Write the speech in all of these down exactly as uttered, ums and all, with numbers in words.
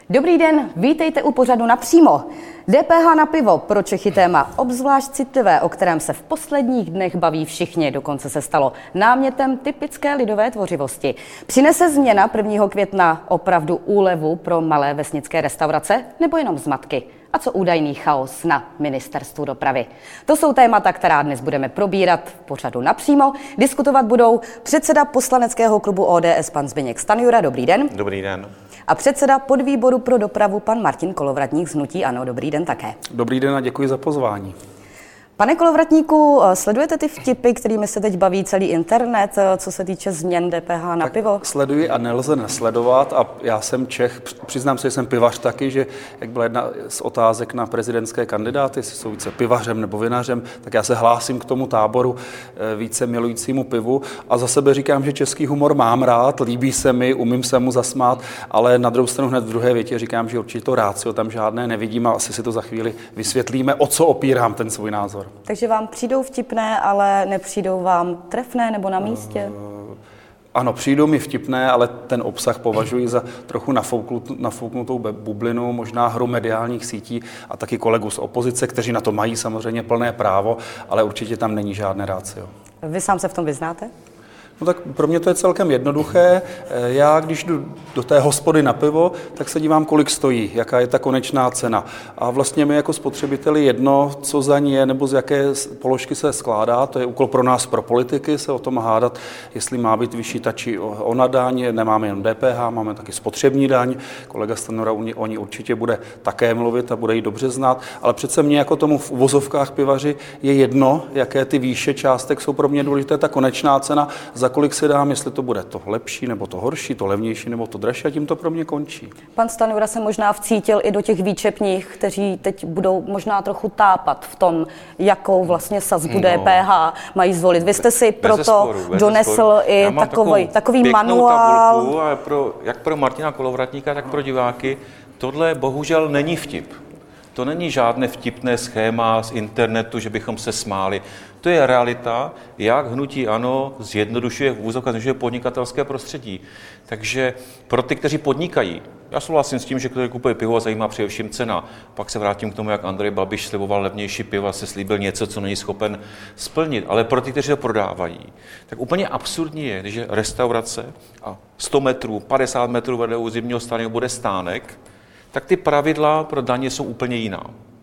Dobrý den, vítejte u pořadu Napřímo. D P H na pivo, pro Čechy téma obzvlášť citlivé, o kterém se v posledních dnech baví všichni, dokonce se stalo námětem typické lidové tvořivosti. Přinese změna prvního května opravdu úlevu pro malé vesnické restaurace nebo jenom zmatky? A co údajný chaos na ministerstvu dopravy? To jsou témata, která dnes budeme probírat v pořadu Napřímo. Diskutovat budou předseda poslaneckého klubu O D S pan Zbyněk Stanjura. Dobrý den. Dobrý den. A předseda podvýboru pro dopravu pan Martin Kolovratník z hnutí ANO. Dobrý den také. Dobrý den a děkuji za pozvání. Pane Kolovratníku, sledujete ty vtipy, kterými se teď baví celý internet, co se týče změn D P H na tak pivo? Sleduji a nelze nesledovat a já jsem Čech, přiznám se, že jsem pivař taky, že jak byla jedna z otázek na prezidentské kandidáty, jestli jsou více pivařem nebo vinařem, tak já se hlásím k tomu táboru více milujícímu pivu a za sebe říkám, že český humor mám rád, líbí se mi, umím se mu zasmát, ale na druhou stranu hned v druhé větě říkám, že určitě to rácio tam žádné nevidím a asi si to za chvíli vysvětlíme, o co opírám ten svůj názor. Takže vám přijdou vtipné, ale nepřijdou vám trefné nebo na místě? Uh, ano, přijdou mi vtipné, ale ten obsah považuji za trochu nafouknutou, nafouknutou bublinu, možná hru mediálních sítí a taky kolegů z opozice, kteří na to mají samozřejmě plné právo, ale určitě tam není žádné rácio. Vy sám se v tom vyznáte? No tak pro mě to je celkem jednoduché. Já, když jdu do té hospody na pivo, tak se dívám, kolik stojí, jaká je ta konečná cena. A vlastně mi jako spotřebiteli jedno, co za ní je, nebo z jaké položky se skládá. To je úkol pro nás, pro politiky, se o tom hádat, jestli má být vyšší ta či ona daň. Nemáme jen D P H, máme taky spotřební daň. Kolega Stanjura o ní určitě bude také mluvit a bude ji dobře znát. Ale přece mě jako tomu v uvozovkách pivaři je jedno, jaké ty výše částek jsou pro mě důležité, ta konečná cena, za kolik si dám, jestli to bude to lepší, nebo to horší, to levnější, nebo to dražší, a tím to pro mě končí. Pan Stanjura se možná vcítil i do těch výčepních, kteří teď budou možná trochu tápat v tom, jakou vlastně sazbu no, D P H mají zvolit. Vy jste si proto donesl i takový, takový manuál. A pro, jak pro Martina Kolovratníka, tak pro diváky. Tohle bohužel není vtip. To není žádné vtipné schéma z internetu, že bychom se smáli. To je realita, jak hnutí ANO zjednodušuje v úzovkách zjednodušuje podnikatelské prostředí. Takže pro ty, kteří podnikají, já souhlasím s tím, že kdo kupuje pivo, zajímá především cena. Pak se vrátím k tomu, jak Andrej Babiš sliboval levnější pivo a se slíbil něco, co není schopen splnit. Ale pro ty, kteří to prodávají, tak úplně absurdní je, když je restaurace a sto metrů, padesát metrů vedle u zimního stadionu bude stánek, tak ty pravidla pro daně jsou úplně jiná.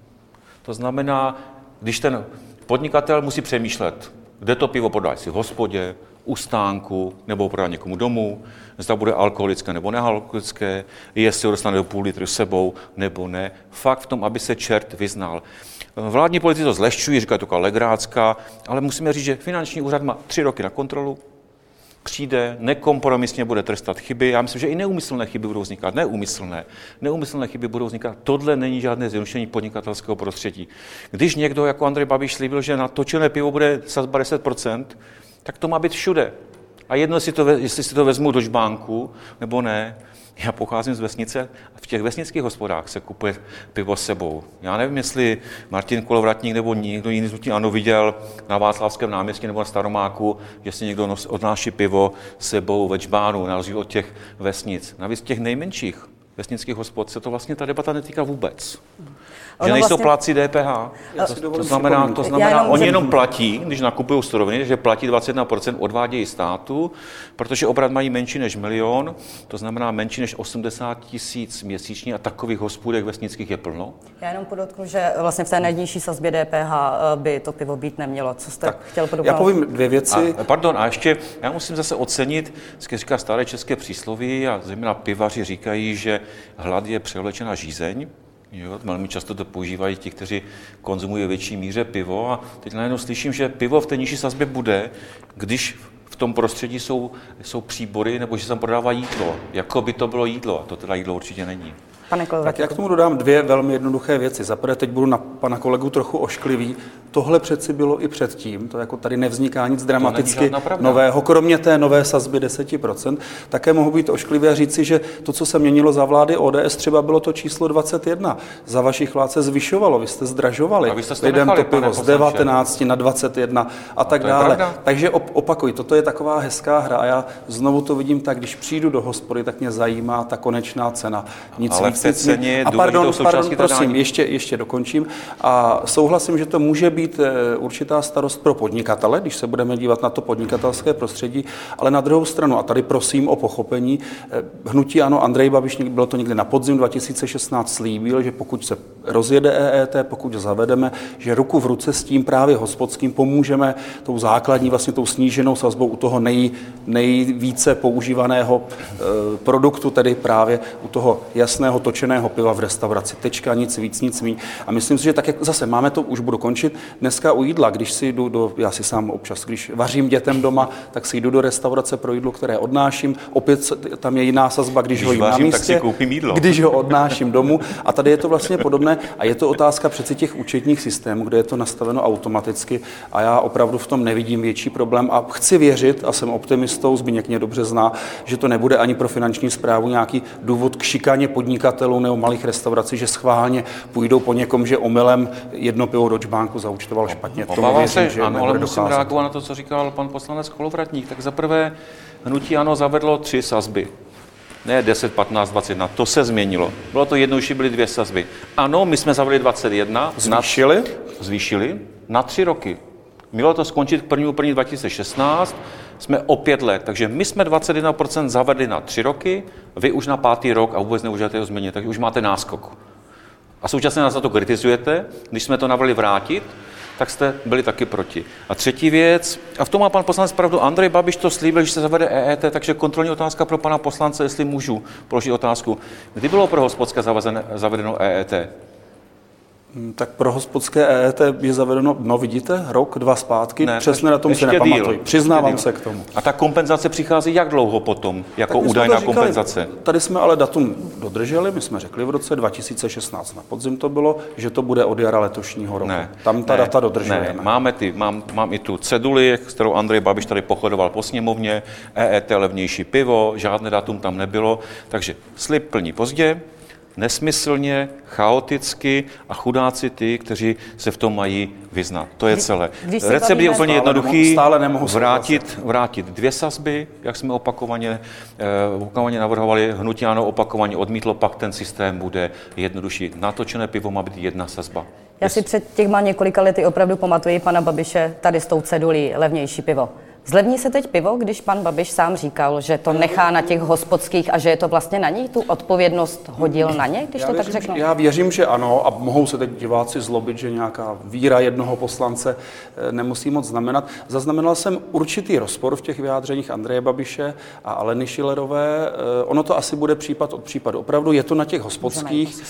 To znamená, když ten podnikatel musí přemýšlet, kde to pivo prodá, jestli v hospodě, u stánku, nebo prodá někomu domů, zda bude alkoholické nebo nealkoholické, jestli ho dostane do půl litru s sebou nebo ne. Fakt v tom, aby se čert vyznal. Vládní politici to zlehčují, říkají to legrácka, ale musíme říct, že finanční úřad má tři roky na kontrolu, přijde, nekompromisně bude trestat chyby. Já myslím, že i neúmyslné chyby budou vznikat, neúmyslné. Neúmyslné chyby budou vznikat. Tohle není žádné zjednodušení podnikatelského prostředí. Když někdo, jako Andrej Babiš, slíbil, že na točené pivo bude sazba deset procent, tak to má být všude. A jedno, jestli, to, jestli si to vezmu do žbánku, nebo ne. Já pocházím z vesnice a v těch vesnických hospodách se kupuje pivo s sebou. Já nevím, jestli Martin Kolovratník nebo někdo jiný z hnutí ANO viděl na Václavském náměstí nebo na Staromáku, že si někdo odnáší pivo s sebou ve žbánu, na rozdíl od těch vesnic. Navíc těch nejmenších vesnických hospod se to vlastně ta debata netýká vůbec. Že nejsou vlastně plátci D P H. To, to znamená, to znamená jenom oni jenom platí, když nakupují suroviny, že platí dvacet jedna procent, odvádějí státu, protože obrat mají menší než milion, to znamená menší než osmdesát tisíc měsíčně a takových hospůdek vesnických je plno. Já jenom podotknu, že vlastně v té nejnižší sazbě D P H by to pivo být nemělo. Co jste tak, chtěl podobně? Já povím dvě věci. A, pardon, a ještě já musím zase ocenit, říká staré české přísloví a zejména pivaři říkají, že hlad je převlečená žízeň. Jo, velmi často to používají ti, kteří konzumují větší míře pivo a teď najednou slyším, že pivo v té nižší sazbě bude, když v tom prostředí jsou, jsou příbory nebo že se tam prodává jídlo, jako by to bylo jídlo a to teda jídlo určitě není. Pane tak já k tomu dodám dvě velmi jednoduché věci. Za prvé, teď budu na pana kolegu trochu ošklivý. Tohle přeci bylo i předtím, to jako tady nevzniká nic dramaticky nového, kromě té nové sazby deset procent. Také mohu být ošklivý a říci, že to, co se měnilo za vlády O D S, třeba bylo to číslo dvacet jedna. Za vašich vlád se zvyšovalo, vy jste zdražovali. A vy jste lidem nechali, to pivo z devatenáct na dvacet jedna a tak dále. Takže op- opakuj, toto je taková hezká hra a já znovu to vidím tak, když přijdu do hospody, tak mě zajímá ta konečná cena. Nic ale víc, v té ceně je a pardon, pardon, prosím, dání. ještě, ještě dokončím. A souhlasím, že to může být určitá starost pro podnikatele, když se budeme dívat na to podnikatelské prostředí, ale na druhou stranu, a tady prosím o pochopení, hnutí ANO, Andrej Babiš, bylo to někdy na podzim dva tisíce šestnáct, slíbil, že pokud se rozjede E E T, pokud zavedeme, že ruku v ruce s tím právě hospodským pomůžeme tou základní, vlastně tou sníženou sazbou u toho nej, nejvíce používaného e, produktu, tedy právě u toho jasného točeného piva v restauraci. Tečka, nic víc, nic míň. A myslím si, že tak, jak zase máme to, už budu končit, dneska u jídla, když si jdu do, já si sám občas, když vařím dětem doma, tak si jdu do restaurace pro jídlo, které odnáším, opět tam je jiná sazba, když, když ho jím vařím, na místě, tak si koupím jídlo. Když ho odnáším domů. A tady je to vlastně podobné a je to otázka přeci těch účetních systémů, kde je to nastaveno automaticky a já opravdu v tom nevidím větší problém a chci věřit, a jsem optimistou, Zbyněk mě dobře zná, že to nebude ani pro finanční správu nějaký důvod k šikaně podnikatelů nebo malých restaurací, že schválně půjdou po někom, že omylem jedno pivo do čbánku zaúčtoval špatně. Obávám se, že ano, ale musím reagovat na to, co říkal pan poslanec Kolovratník. Tak zaprvé hnutí ANO zavedlo tři sazby. Ne deset, patnáct, dvacet jedna, to se změnilo. Bylo to jednodušší, byly dvě sazby. Ano, my jsme zavedli dvacet jedna. Zvýšili? Na, zvýšili na tři roky. Mělo to skončit k prvnímu první dva tisíce šestnáct, jsme o pět let, takže my jsme dvacet jedna procent zavedli na tři roky, vy už na pátý rok a vůbec neužijete ho změnit, takže už máte náskok. A současně nás za to kritizujete, když jsme to navrhli vrátit, tak jste byli taky proti. A třetí věc, a v tom má pan poslanec pravdu, Andrej Babiš to slíbil, že se zavede E E T, takže kontrolní otázka pro pana poslance, jestli můžu položit otázku. Kdy bylo pro hospodské zavedeno E E T? Tak pro hospodské E E T je zavedeno, no vidíte, rok, dva zpátky, ne, přesně na tom se nepamatuji. Přiznávám se k tomu. A ta kompenzace přichází jak dlouho potom, jako údajná říkali, kompenzace? Tady jsme ale datum dodrželi, my jsme řekli v roce dva tisíce šestnáct na podzim to bylo, že to bude od jara letošního roku. Ne, Tam ta ne, data dodržujeme. Ne, máme ty, mám, mám i tu ceduli, s kterou Andrej Babiš tady pochodoval po sněmovně, E E T levnější pivo, žádné datum tam nebylo, takže slib plní pozdě, nesmyslně, chaoticky a chudáci ty, kteří se v tom mají vyznat. To je celé. Recept je úplně jednoduchý, stále nemohu vrátit, vrátit dvě sazby, jak jsme opakovaně, eh, opakovaně navrhovali, hnutí ANO opakovaně odmítlo, pak ten systém bude jednodušší. Natočené pivo má být jedna sazba. Já si před těchma několika lety opravdu pamatuji pana Babiše tady s tou cedulí levnější pivo. Zlevní se teď pivo, když pan Babiš sám říkal, že to nechá na těch hospodských a že je to vlastně na nich, tu odpovědnost hodil na ně, když já to věřím, tak řeknu? Já věřím, že ano a mohou se teď diváci zlobit, že nějaká víra jednoho poslance nemusí moc znamenat. Zaznamenal jsem určitý rozpor v těch vyjádřeních Andreje Babiše a Aleny Schillerové. Ono to asi bude případ od případu. Opravdu je to na těch hospodských,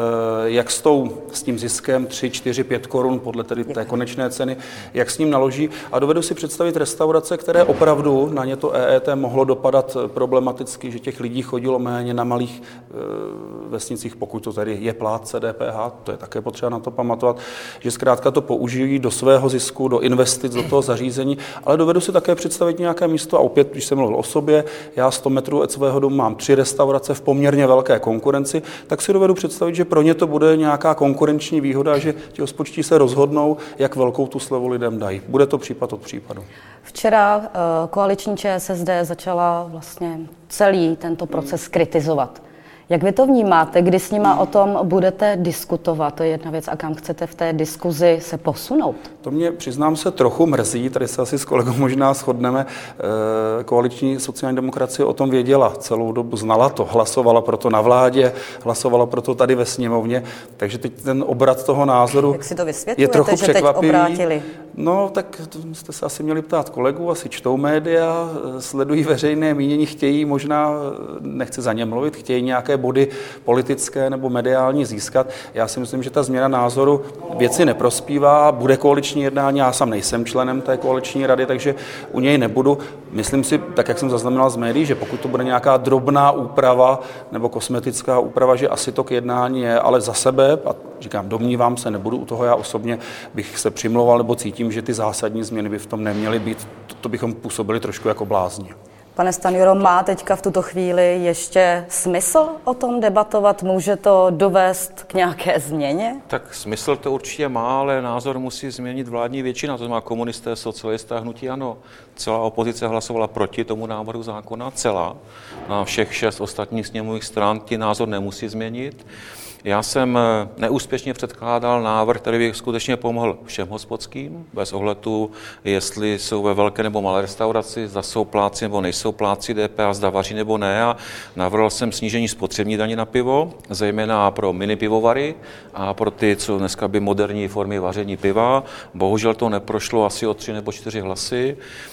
jak s, tou, s tím ziskem tři, čtyři, pět korun podle tedy té konečné ceny, jak s ním naloží. A dovedu si představit restaurace, které opravdu na ně to E E T mohlo dopadat problematicky, že těch lidí chodilo méně na malých e, vesnicích, pokud to tady je plátce D P H, to je také potřeba na to pamatovat, že zkrátka to použijí do svého zisku, do investic, do toho zařízení, ale dovedu si také představit nějaké místo a opět, když jsem mluvil o sobě, já sto metrů od svého domu mám tři restaurace v poměrně velké konkurenci, tak si dovedu představit, že pro ně to bude nějaká konkurenční výhoda, že ti hospodští se rozhodnou, jak velkou tu slevu lidem dají. Bude to případ od případu. Včera uh, koaliční Č S S D začala vlastně celý tento proces kritizovat. Jak vy to vnímáte, kdy s nima o tom budete diskutovat? To je jedna věc. A kam chcete v té diskuzi se posunout? To mě, přiznám se, trochu mrzí. Tady se asi s kolegou možná shodneme. E, koaliční sociální demokracie o tom věděla. Celou dobu znala to. Hlasovala proto na vládě, hlasovala proto tady ve sněmovně. Takže teď ten obrat toho názoru Jak si to je trochu že teď obrátili? No, tak jste se asi měli ptát kolegů, asi čtou média, sledují veřejné mínění, chtějí možná, nechci za ně mluvit, chtějí nějaké body politické nebo mediální získat. Já si myslím, že ta změna názoru věci neprospívá, bude koaliční jednání, já sám nejsem členem té koaliční rady, takže u něj nebudu. Myslím si, tak jak jsem zaznamenal z médií, že pokud to bude nějaká drobná úprava nebo kosmetická úprava, že asi to k jednání je, ale za sebe, a říkám, domnívám se, nebudu u toho já osobně, bych se přimlouval nebo cítím, že ty zásadní změny by v tom neměly být, to, to bychom působili trošku jako blázni. Pane Stanjuro, má teďka v tuto chvíli ještě smysl o tom debatovat? Může to dovést k nějaké změně? Tak smysl to určitě má, ale názor musí změnit vládní většina, to znamená komunisté, socialisté a hnutí ANO. Celá opozice hlasovala proti tomu návrhu zákona, celá. Na všech šest ostatních sněmových stran ti názor nemusí změnit. Já jsem neúspěšně předkládal návrh, který by skutečně pomohl všem hospodským, bez ohledu, jestli jsou ve velké nebo malé restauraci, zda jsou pláci nebo nejsou pláci D P H, zda vaří nebo ne. A navrhl jsem snížení spotřební daně na pivo, zejména pro mini pivovary a pro ty, co dneska by moderní formy vaření piva. Bohužel to neprošlo asi o tři nebo čtyři hlasy.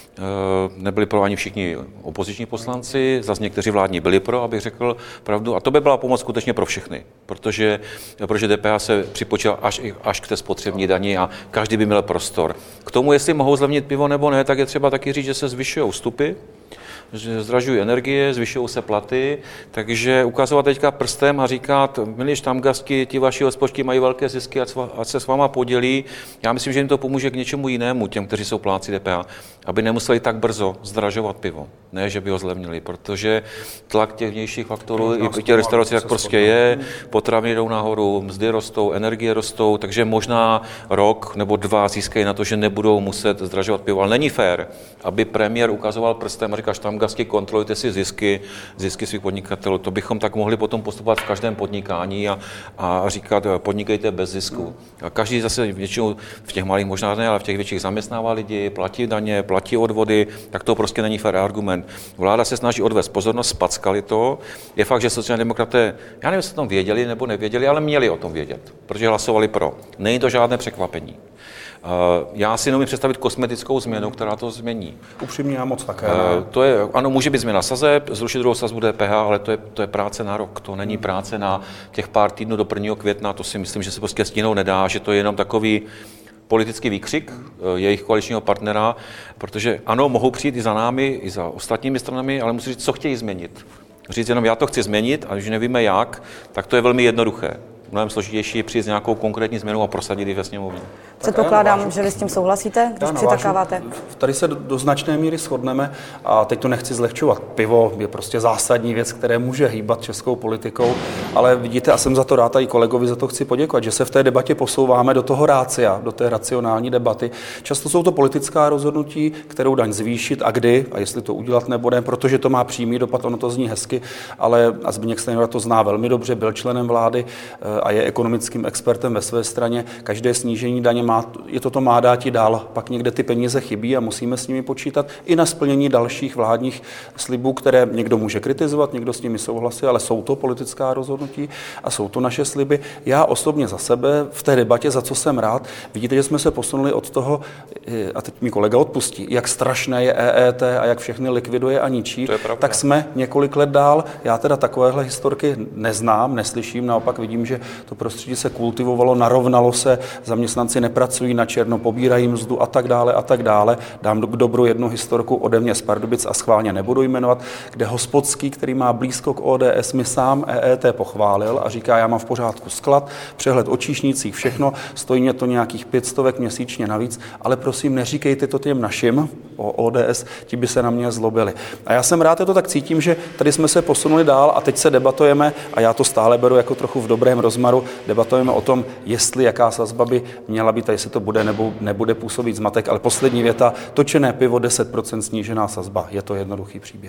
Nebyli pro ani všichni opoziční poslanci, zase někteří vládní byli pro, abych řekl pravdu. A to by byla pomoc skutečně pro všechny, protože, protože D P H se připočítal až, až k té spotřební dani a každý by měl prostor. K tomu, jestli mohou zlevnit pivo nebo ne, tak je třeba taky říct, že se zvyšují vstupy, že zdražují energie, zvyšují se platy, takže ukazovat teďka prstem a říkat, milí štamgasti, ti vaši hospodští mají velké zisky, ať se s váma podělí. Já myslím, že jim to pomůže k něčemu jinému, těm, kteří jsou plátci D P H, aby nemuseli tak brzo zdražovat pivo. Ne, že by ho zlevnili, protože tlak těch vnějších faktorů i těch restaurací tak prostě je, potraviny jdou nahoru, mzdy rostou, energie rostou, takže možná rok nebo dva získají na to, že nebudou muset zdražovat pivo. Ale není fér, aby premiér ukazoval prstem a říkal, štamgasti, kontrolujte si zisky, zisky svých podnikatelů. To bychom tak mohli potom postupovat v každém podnikání a, a říkat, podnikejte bez zisku. A každý zase většinou v těch malých možná ne, ale v těch větších zaměstnává lidi, platí daně, platí odvody, tak to prostě není fér argument. Vláda se snaží odvést pozornost, spackali to. Je fakt, že sociální demokraté, já nevím, jestli o tom věděli nebo nevěděli, ale měli o tom vědět, protože hlasovali pro. Není to žádné překvapení. Já si neumím představit kosmetickou změnu, která to změní. Upřímně já moc také. To je, ano, může být změna sazeb, zrušit druhou sazbu D P H, ale to je, to je práce na rok. To není práce na těch pár týdnů do prvního května. To si myslím, že se prostě stínou nedá, že to je jenom takový politický výkřik jejich koaličního partnera, protože ano, mohou přijít i za námi, i za ostatními stranami, ale musí říct, co chtějí změnit. Říct jenom, já to chci změnit, a když nevíme jak, tak to je velmi jednoduché. Mnohem složitější přijít s nějakou konkrétní změnou a prosadit ji ve sněmovně. Předpokládám, že vy s tím souhlasíte, když přitakáváte. Tady se do značné míry shodneme a teď to nechci zlehčovat. Pivo je prostě zásadní věc, které může hýbat českou politikou, ale vidíte, a jsem za to rád, a i kolegovi za to chci poděkovat, že se v té debatě posouváme do toho rácia, do té racionální debaty. Často jsou to politická rozhodnutí, kterou daň zvýšit a kdy, a jestli to udělat nebo ne, protože to má přímý dopad, ono to zní hezky, ale a Zbyněk Stanjura to zná velmi dobře, byl členem vlády a je ekonomickým expertem ve své straně. Každé snížení daně má, je toto má dát i dál, pak někde ty peníze chybí a musíme s nimi počítat i na splnění dalších vládních slibů, které někdo může kritizovat, někdo s nimi souhlasí, ale jsou to politická rozhodnutí a jsou to naše sliby. Já osobně za sebe v té debatě, za co jsem rád, vidíte, že jsme se posunuli od toho, a teď mi kolega odpustí, jak strašné je E E T a jak všechny likviduje a ničí, tak jsme několik let dál. Já teda takovéhle historky neznám, neslyším, naopak vidím, že to prostředí se kultivovalo, narovnalo se, zaměstnanci nepracují na černo, pobírají mzdu a tak dále a tak dále. Dám k dobru jednu historku ode mě z Pardubic a schválně nebudu jmenovat, kde hospodský, který má blízko k O D S, mi sám E E T pochválil a říká, já mám v pořádku sklad, přehled o číšnících, všechno, stojí mě to nějakých pět stovek měsíčně navíc, ale prosím, neříkejte to těm našim o O D S, ti by se na mě zlobili. A já jsem rád, že to tak cítím, že tady jsme se posunuli dál a teď se debatujeme, a já to stále beru jako trochu v dobrém rozmaru, debatujeme o tom, jestli jaká sazba by měla být a jestli to bude nebo nebude působit zmatek, ale poslední věta, točené pivo deset procent snížená sazba, je to jednoduchý příběh.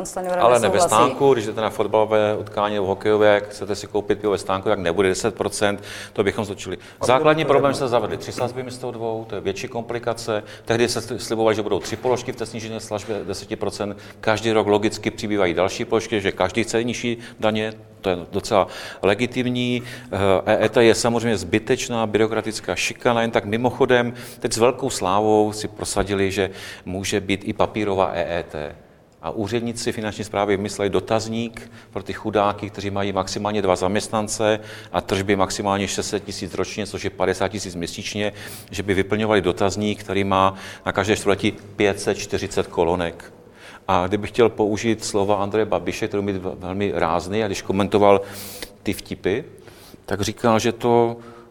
Ale ne ve stánku, když jdete na fotbalové utkání nebo hokejové, jak chcete si koupit pivo ve stánku, tak nebude deset procent, to bychom ztočili. Základní problém, že se zavedli tři sazby místo dvou, to je větší komplikace. Tehdy se slibovali, že budou tři položky v té snížené sazbě deset procent. Každý rok logicky přibývají další položky, že každý chce nižší daně, to je docela legitimní. E E T je samozřejmě zbytečná byrokratická šikana, jen tak mimochodem, teď s velkou slávou si prosadili, že může být i papírová E E T. A úředníci finanční správy vymysleli dotazník pro ty chudáky, kteří mají maximálně dva zaměstnance a tržby maximálně šest set tisíc ročně, což je padesát tisíc měsíčně, že by vyplňovali dotazník, který má na každé čtvrtletí pět set čtyřicet kolonek. A kdybych chtěl použít slova Andreje Babiše, který byl velmi rázný, a když komentoval ty vtipy, tak říkal, že to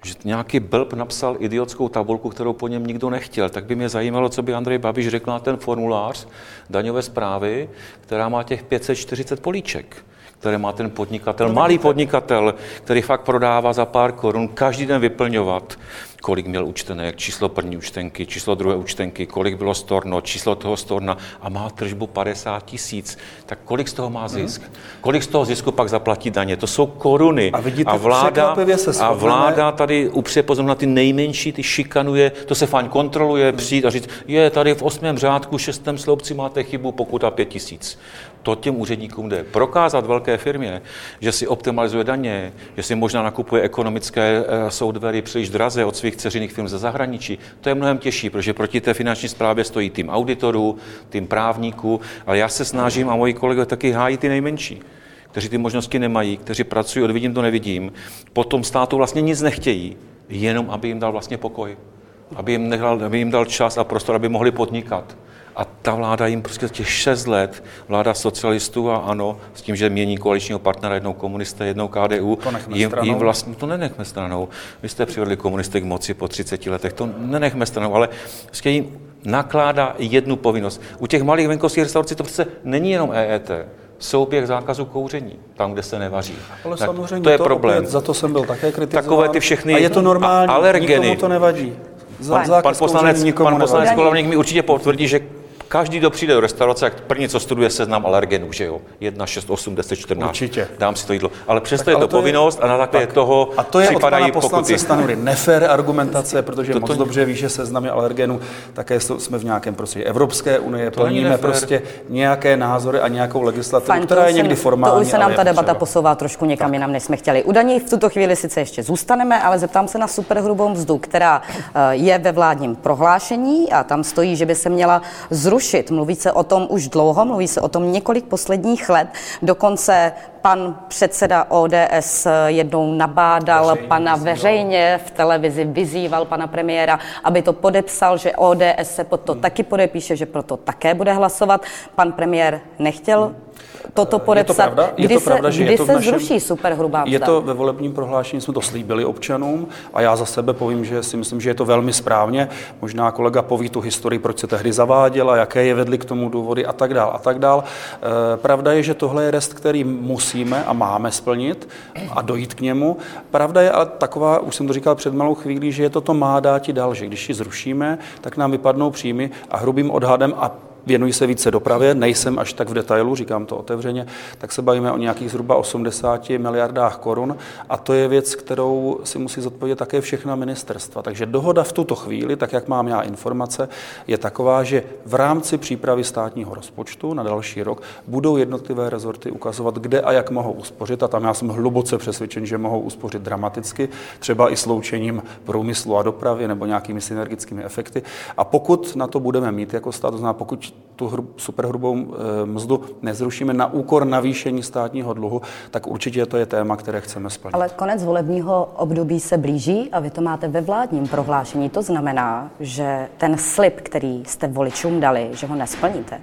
že nějaký blb napsal idiotskou tabulku, kterou po něm nikdo nechtěl, tak by mě zajímalo, co by Andrej Babiš řekl na ten formulář daňové správy, která má těch pět set čtyřicet políček, které má ten podnikatel, no, malý podnikatel, který fakt prodává za pár korun, každý den vyplňovat, kolik měl účtenek, číslo první účtenky, číslo druhé účtenky, kolik bylo storno, číslo toho storna a má tržbu padesát tisíc. Tak kolik z toho má zisk? Hmm. Kolik z toho zisku pak zaplatí daně? To jsou koruny. A, vidíte, a, vláda, se a vláda tady upře pozornost na ty nejmenší, ty šikanuje, to se fajn kontroluje, hmm. přijít a říct, je tady v osmém řádku, šestém sloupci máte chybu, pokuta pět tisíc. To těm úředníkům jde. Prokázat velké firmě, že si optimalizuje daně, že si možná nakupuje ekonomické softwary příliš draze od svých dceřiných firm ze zahraničí, to je mnohem těžší, protože proti té finanční správě stojí tým auditorů, tým právníků, ale já se snažím a moji kolegové taky hájí ty nejmenší, kteří ty možnosti nemají, kteří pracují, odvidím to nevidím, potom státu vlastně nic nechtějí, jenom aby jim dal vlastně pokoj, aby jim, nechal, aby jim dal čas a prostor, aby mohli podnikat. A ta vláda jim prostě těch šest let, vláda socialistů a ANO, s tím, že mění koaličního partnera, jednou komunisté, jednou K D U, jim, jim vlastně, to nenechme stranou. Vy jste přivedli komunisty k moci po třiceti letech, to nenechme stranou, ale prostě jim nakládá jednu povinnost. U těch malých venkovských restaurací to přece není jenom E E T, souběh zákazu kouření, tam, kde se nevaří. Ale tak samozřejmě to je to problém. Opět, za to jsem byl také kritizován. Takové ty všechny a je to normální, alergeny. Nikomu to nevadí. Pan, pan poslanec, pan poslanec Kolovník mi určitě potvrdí, že každý, kdo přijde do restaurace, jak první, co studuje, seznam alergenů, že jo? jedna, šest, osm, deset, čtrnáct. Určitě. Dám si to jídlo. Ale přesto je to, to povinnost je, a na základě toho a to je připadají od pana poslance Stanjury nefér argumentace, protože to, moc to, dobře ví, že seznamy alergenů také jsme v nějakém prostě Evropské unie, plníme prostě nějaké názory a nějakou legislativu, Fajn, která je někdy se, formální. To už se nám ta debata třeba posouvá trošku někam tak. jinam, než jsme chtěli. U daní v tuto chvíli sice ještě zůstaneme, ale zeptám se na superhrubou mzdu, která je ve vládním prohlášení a tam stojí, že by se měla zrušit. Mluví se o tom už dlouho, mluví se o tom několik posledních let. Dokonce pan předseda O D S jednou nabádal veřejně, pana veřejně v televizi, vyzýval pana premiéra, aby to podepsal, že O D S se pod to hmm. taky podepíše, že proto také bude hlasovat. Pan premiér nechtěl hmm. toto podepsat. Je to pravda, je kdy to se, pravda že kdy je to se v našem, zruší superhrubá mzda? Je to ve volebním prohlášení, jsme to slíbili občanům a já za sebe povím, že si myslím, že je to velmi správně. Možná kolega poví tu historii, proč se tehdy zaváděla, jaké je vedly k tomu důvody a tak dál a tak dál. E, pravda je, že tohle je rest, který musíme a máme splnit a dojít k němu. Pravda je ale taková, už jsem to říkal před malou chvílí, že je to to má dáti dál, že když ji zrušíme, tak nám vypadnou příjmy a hrubým odhadem a věnuji se více dopravě, nejsem až tak v detailu, říkám to otevřeně, tak se bavíme o nějakých zhruba osmdesáti miliardách korun a to je věc, kterou si musí zodpovědět také všechna ministerstva. Takže dohoda v tuto chvíli, tak jak mám já informace, je taková, že v rámci přípravy státního rozpočtu na další rok budou jednotlivé rezorty ukazovat, kde a jak mohou uspořit a tam já jsem hluboce přesvědčen, že mohou uspořit dramaticky, třeba i sloučením průmyslu a dopravy nebo nějakými synergickými efekty. A pokud na to budeme mít jako stát, to znamená, pokud tu hru, superhrubou e, mzdu nezrušíme na úkor navýšení státního dluhu, tak určitě to je téma, které chceme splnit. Ale konec volebního období se blíží a vy to máte ve vládním prohlášení. To znamená, že ten slib, který jste voličům dali, že ho nesplníte?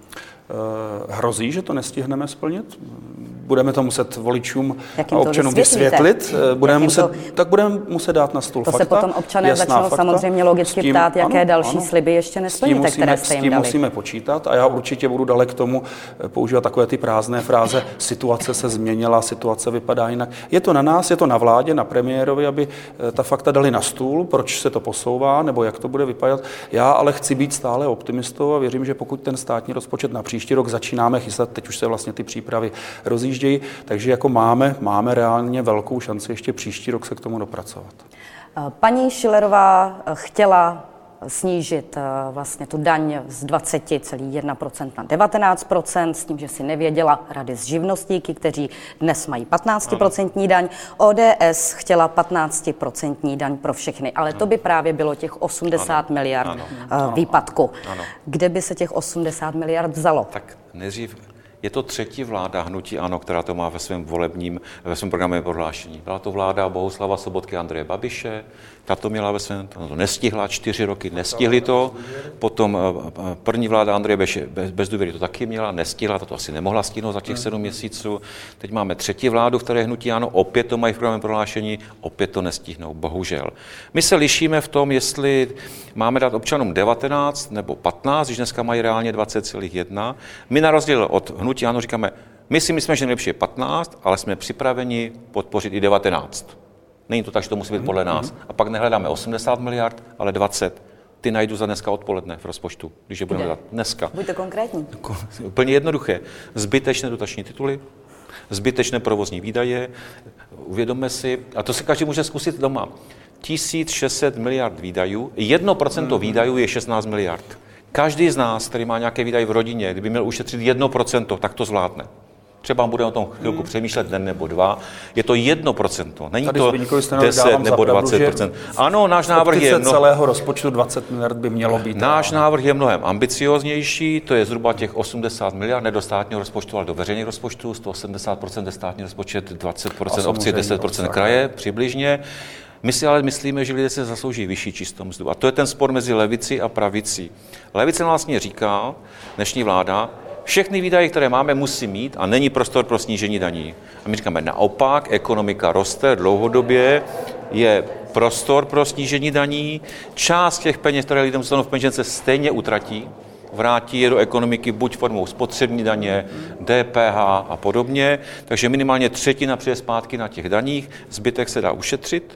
Hrozí, že to nestihneme splnit? Budeme to muset voličům a občanům vysvětlíte? vysvětlit? Budeme muset, to, tak budeme muset dát na stůl to fakta. To se potom občané začnou fakta. samozřejmě logicky tím, ptát, jaké ano, další ano, sliby ještě nesplníte, musíme, které jste jim dali. S tím dali. musíme počítat a já určitě budu dalek k tomu používat takové ty prázdné fráze. Situace se změnila, situace vypadá jinak. Je to na nás, je to na vládě, na premiérovi, aby ta fakta dali na stůl, proč se to posouvá, nebo jak to bude vypadat. Já ale chci být stále optimistou a věřím, že pokud ten státní rozpočet na příští rok začínáme chystat, teď už se vlastně ty přípravy rozjíždějí, takže jako máme, máme reálně velkou šanci ještě příští rok se k tomu dopracovat. Paní Schillerová chtěla snížit vlastně tu daň z dvacet celá jedna procenta na devatenáct procent, s tím, že si nevěděla rady s živnostníky, kteří dnes mají patnáct procent daň. O D S chtěla patnáct procent daň pro všechny, ale to by právě bylo těch osmdesát ano, miliard ano, výpadku. Ano. Kde by se těch osmdesát miliard vzalo? Tak nejdřív Je to třetí vláda hnutí ANO, která to má ve svém volebním, ve svém programovém prohlášení. Byla to vláda Bohuslava Sobotky a Andreje Babiše, ta to měla ve svém, to nestihla, čtyři roky nestihli to. Potom první vláda Andreje Babiše bez důvěry to taky měla, nestihla, to asi nemohla stihnout za těch sedm měsíců. Teď máme třetí vládu, v které hnutí ANO, opět to mají v programovém prohlášení, opět to nestihnou, bohužel. My se lišíme v tom, jestli máme dát občanům devatenáct nebo patnáct, když dneska mají reálně dvacet celá jedna. My na rozdíl od hnutí ANO říkáme, my si myslíme, že nejlepší je patnáct, ale jsme připraveni podpořit i devatenáct. Není to tak, že to musí být podle nás. A pak nehledáme osmdesát miliard, ale dvacet. Ty najdu za dneska odpoledne v rozpočtu, když je budeme hledat dneska. Buďte konkrétní. Úplně jednoduché. Zbytečné dotační tituly, zbytečné provozní výdaje. Uvědomme si, a to si každý může zkusit doma, tisíc šest set miliard výdajů, jedno procento výdajů je šestnáct miliard. Každý z nás, který má nějaké výdaje v rodině, kdyby měl ušetřit jedno procento, tak to zvládne. Třeba budeme o tom chvilku hmm. přemýšlet den nebo dva. Je to jedno procento, není Tady to deset nebo dvacet procent. Ano, náš návrh je mnoho... celého rozpočtu dvacet miliard by mělo být. Náš návrh je mnohem ambicioznější, to je zhruba těch osmdesát miliard, ne do státního rozpočtu, ale do veřejných rozpočtů, sto osmdesát procent je státní rozpočet, dvacet procent obcí, deset procent kraje, přibližně. My si ale myslíme, že lidé se zaslouží vyšší čistou mzdu. A to je ten spor mezi levicí a pravicí. Levice vlastně říká, dnešní vláda, všechny výdaje, které máme, musí mít a není prostor pro snížení daní. A my říkáme naopak, ekonomika roste dlouhodobě, je prostor pro snížení daní, část těch peněz, které lidem dostanou v peněžence, stejně utratí, vrátí je do ekonomiky buď formou spotřební daně, D P H a podobně, takže minimálně třetina přijde zpátky na těch daních, zbytek se dá ušetřit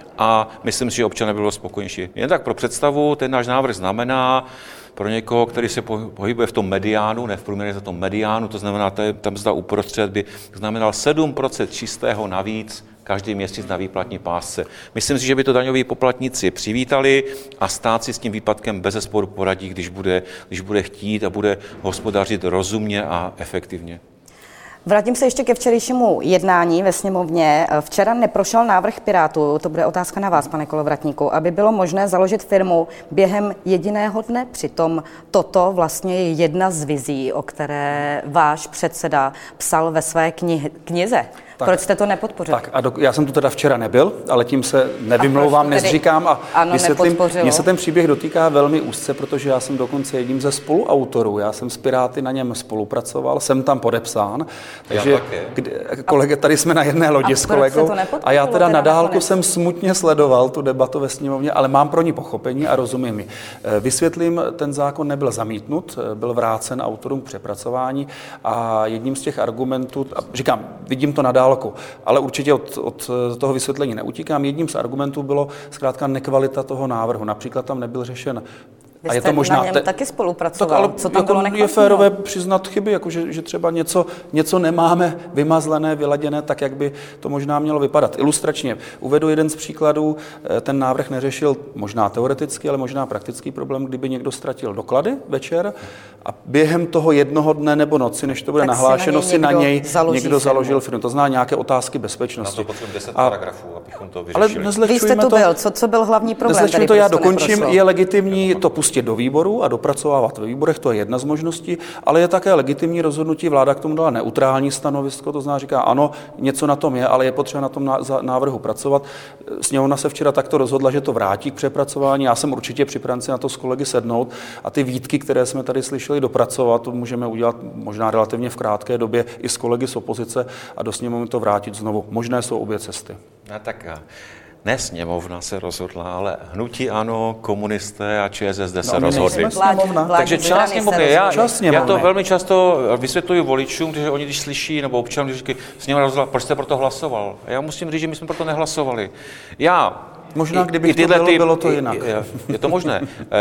a myslím si, že občané by bylo spokojenější. Jen tak pro představu, ten náš návrh znamená, pro někoho, který se pohybuje v tom mediánu, ne v průměru, za tom mediánu, to znamená, tam zda uprostřed by znamenal sedm procent čistého navíc každý měsíc na výplatní pásce. Myslím si, že by to daňoví poplatníci přivítali a stát si s tím výpadkem bezesporu poradí, když bude, když bude chtít a bude hospodařit rozumně a efektivně. Vrátím se ještě ke včerejšímu jednání ve sněmovně. Včera neprošel návrh Pirátů, to bude otázka na vás, pane Kolovratníku, aby bylo možné založit firmu během jediného dne. Přitom toto vlastně je jedna z vizí, o které váš předseda psal ve své knihy, knize. Tak, proč jste to nepodpořil? Tak a do, já jsem tu teda včera nebyl, ale tím se nevymlouvám, nezříkám a ano, vysvětlím. Mně se ten příběh dotýká velmi úzce, protože já jsem dokonce jedním ze spoluautorů. Já jsem s Piráty na něm spolupracoval, jsem tam podepsán. Takže kdy, kolega, tady jsme na jedné lodi a s kolegou. A já teda na dálku jsem smutně sledoval tu debatu ve sněmovně, ale mám pro ní pochopení a rozumím ji. Vysvětlím, ten zákon nebyl zamítnut, byl vrácen autorům k přepracování a jedním z těch argumentů, a říkám, vidím to na dálku, ale určitě od, od toho vysvětlení neutíkám. Jedním z argumentů bylo zkrátka nekvalita toho návrhu. Například tam nebyl řešen. Vy jste a je to možná na něm te... taky spolupracoval. Tak, ale co tam bylo je férové přiznat chyby, jako že, že třeba něco, něco nemáme vymazlené, vyladěné, tak jak by to možná mělo vypadat. Ilustračně uvedu jeden z příkladů. Ten návrh neřešil možná teoretický, ale možná praktický problém, kdyby někdo ztratil doklady večer a během toho jednoho dne nebo noci, než to bude tak nahlášeno, si na něj, si na něj někdo založil firmu. To znamená nějaké otázky bezpečnosti. Na to potřebujeme deset paragrafů, abychom to vyřešili. Ale vy jste tu to, byl, co, co byl hlavní problém? Nezlečme to, já dokončím, je legitimní to pustit do výboru a dopracovávat ve výborech, to je jedna z možností, ale je také legitimní rozhodnutí, vláda k tomu dala neutrální stanovisko, to znamená, říká ano, něco na tom je, ale je potřeba na tom návrhu pracovat. Sněmovna se včera takto rozhodla, že to vrátí k přepracování, já jsem určitě připraven si na to s kolegy sednout a ty výtky, které jsme tady slyšeli, dopracovat, to můžeme udělat možná relativně v krátké době i s kolegy z opozice a do sněmovny to vrátit znovu. Možné jsou obě cesty. No tak ne sněmovna se rozhodla, ale hnutí ANO, komunisté a ČSSD se no, rozhodli. Takže část sněmovny, já, já to velmi často vysvětluji voličům, že oni když slyší, nebo občanům, když říkají, sněmovna rozhodla, proč jste pro to hlasoval? A já musím říct, že my jsme pro to nehlasovali. Já, možná kdybych to bylo, ty, bylo to jinak. Je, je to možné.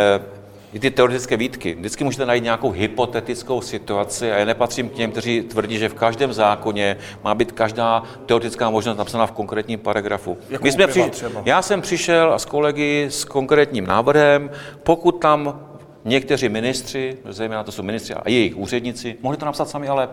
I ty teoretické výtky. Vždycky můžete najít nějakou hypotetickou situaci a já nepatřím k těm, kteří tvrdí, že v každém zákoně má být každá teoretická možnost napsaná v konkrétním paragrafu. My jsme přiš... Já jsem přišel a s kolegy s konkrétním návrhem, pokud tam někteří ministři, zejména to jsou ministři a jejich úředníci, mohli to napsat sami a lépe.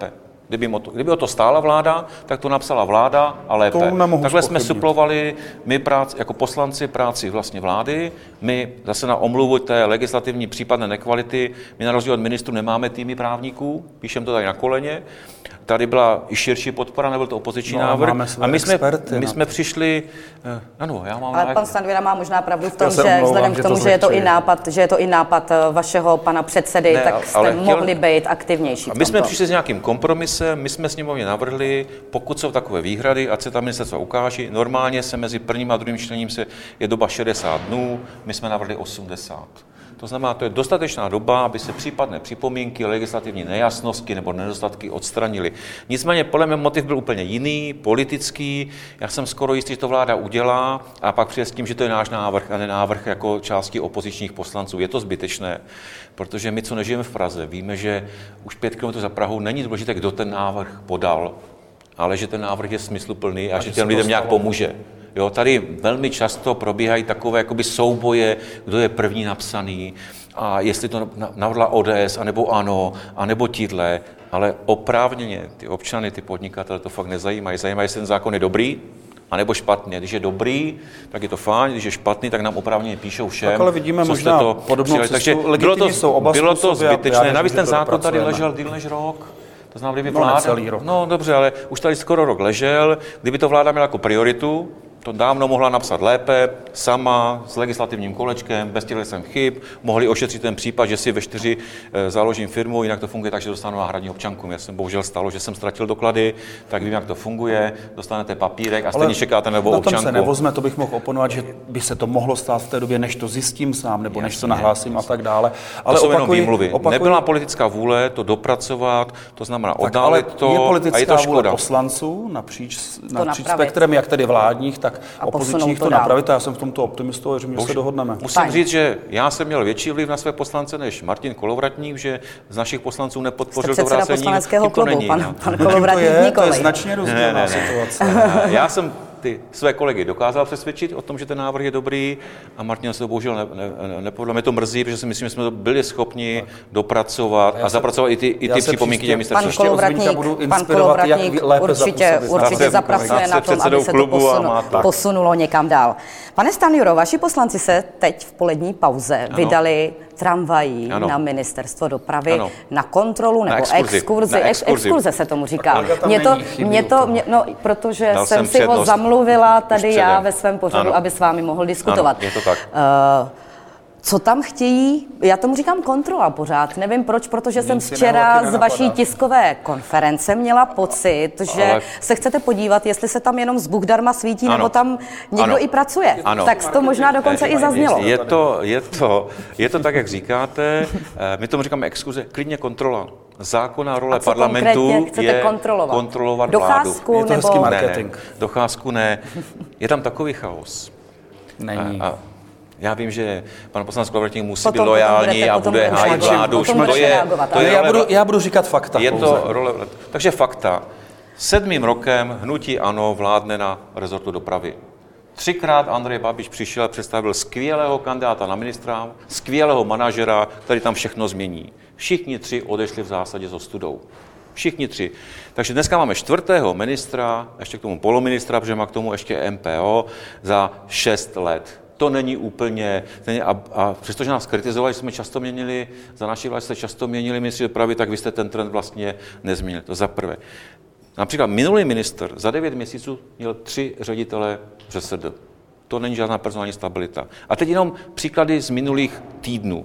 Kdyby o, to, kdyby o to stála vláda, tak to napsala vláda a lépe. Takhle jsme suplovali my práci, jako poslanci práci vlastně vlády. My zase na omluvu té legislativní případné nekvality, my na rozdíl od ministrů nemáme týmy právníků, píšeme to tady na koleně. Tady byla i širší podpora, nebyl to opoziční no, návrh. A my jsme, experty, my jsme přišli, ano, já mám... Ale na... pan Stanjura má možná pravdu v tom, že omlouvám, vzhledem k tomu, že, to že, je to i nápad, že je to i nápad vašeho pana předsedy, ne, tak jste chtěl... mohli být aktivnější. My jsme přišli s nějakým kompromisem, my jsme sněmovně navrhli, pokud jsou takové výhrady, ať se tam ministerstva ukáží, normálně se mezi prvním a druhým čtením se je doba šedesát dnů, my jsme navrhli osmdesát. To znamená, to je dostatečná doba, aby se případné připomínky, legislativní nejasnosti nebo nedostatky odstranily. Nicméně podle mě motiv byl úplně jiný, politický. Já jsem skoro jistý, že to vláda udělá a pak přijde s tím, že to je náš návrh a ne návrh jako části opozičních poslanců. Je to zbytečné, protože my, co nežijeme v Praze, víme, že už pět kilometrů za Prahou není důležité, kdo ten návrh podal, ale že ten návrh je smysluplný a, a že těm lidem nějak pomůže. Jo, tady velmi často probíhají takové jakoby souboje, kdo je první napsaný a jestli to navrhla O D S, anebo ANO, anebo tíhle, ale oprávněně ty občany, ty podnikatele to fakt nezajímají. Zajímají, jestli ten zákon je dobrý, anebo špatný. Když je dobrý, tak je to fajn, když je špatný, tak nám oprávněně píšou všem. Tak ale vidíme možná to podobnou cestu. Takže bylo to, jsou oba bylo to zbytečné. Navíc ten zákon tady pracujeme. ležel díl než rok. To znamená, kdyby no, vláda... celý rok. No dobře, ale už tady skoro rok ležel. Kdyby to vláda měla jako prioritu, to dávno mohla napsat lépe, sama, s legislativním kolečkem, bez těchto jsem chyb, mohli ošetřit ten případ, že si ve čtyři e, založím firmu, jinak to funguje tak, že dostanu náhradní občanku. Já jsem bohužel stalo, že jsem ztratil doklady, tak vím, jak to funguje, dostanete papírek a stejně čekáte nebo občanku. Na tom se nevozme, to bych mohl oponovat, že by se to mohlo stát v té době, než to zjistím sám, nebo jasně, než to nahlásím jasně. a tak dále. Ale to jsou opakuji, jenom výmluvy. Opakuji, Nebyla politická vůle to dopracovat, to znamená oddálit to je politická a je to škoda. Vůle poslanců napříč, napříč spektrem, jak tedy vládních, tak opozičních to, to napravit a já jsem v tomto optimistou a věřím, že se dohodneme. Musím Fajn. říct, že já jsem měl větší vliv na své poslance než Martin Kolovratník, že z našich poslanců nepodpořil to vrácení. Poslaneckého klubu, není, pan, no. pan Kolovratník to je, nikoli. To je značně rozdílná situace. Já jsem ty své kolegy dokázal přesvědčit o tom, že ten návrh je dobrý a Martin se to bohužel ne, ne, nepovedlo. Mě to mrzí, protože si myslím, že jsme to byli schopni tak. dopracovat a, a zapracovat i ty, i ty připomínky těm ministerstvům. Pan Kolovratník, pan Kolovratník určitě, určitě zapracuje na tom, aby se to posunulo, posunulo někam dál. Pane Stanjuro, vaši poslanci se teď v polední pauze ano. vydali tramvají ano. na ministerstvo dopravy ano. na kontrolu nebo na exkurzi. exkurzi. Na exkurzi. Exkurze se tomu říká. Mě to, mě to, mě, no, protože Dal jsem si přednost. ho zamluvila tady já ve svém pořadu, ano. aby s vámi mohl diskutovat. Ano, je to tak. Uh, Co tam chtějí? Já tomu říkám kontrola pořád. Nevím proč, protože Nic jsem včera z vaší tiskové konference měla pocit, že Ale... se chcete podívat, jestli se tam jenom zbůh darma svítí, ano. nebo tam někdo ano. i pracuje. Ano. Tak to možná dokonce i zaznělo. Je to, je, to, je to tak, jak říkáte. My tomu říkáme exkurze, klidně kontrola. Zákonná role parlamentu je kontrolovat, kontrolovat docházku vládu. Nebo... marketing. Ne, ne, docházku ne. Je tam takový chaos. Není. A, a já vím, že pan poslanec Kolovratník musí potom, být lojální a bude hájit vládu. To je, to je já, budu, já budu říkat fakta. Je to role, takže fakta. Sedmým rokem hnutí ANO vládne na rezortu dopravy. Třikrát Andrej Babiš přišel a představil skvělého kandidáta na ministra, skvělého manažera, který tam všechno změní. Všichni tři odešli v zásadě s ostudou. Všichni tři. Takže dneska máme čtvrtého ministra, ještě k tomu poloministra, protože má k tomu ještě M P O, za šest let. To není úplně, a, a přestože nás kritizovali, jsme často měnili, za naší vlast se často měnili ministři dopravy, tak vy jste ten trend vlastně nezměnili. To za prvé. Například minulý ministr za devět měsíců měl tři ředitele ŘSD. To není žádná personální stabilita. A teď jenom příklady z minulých týdnů.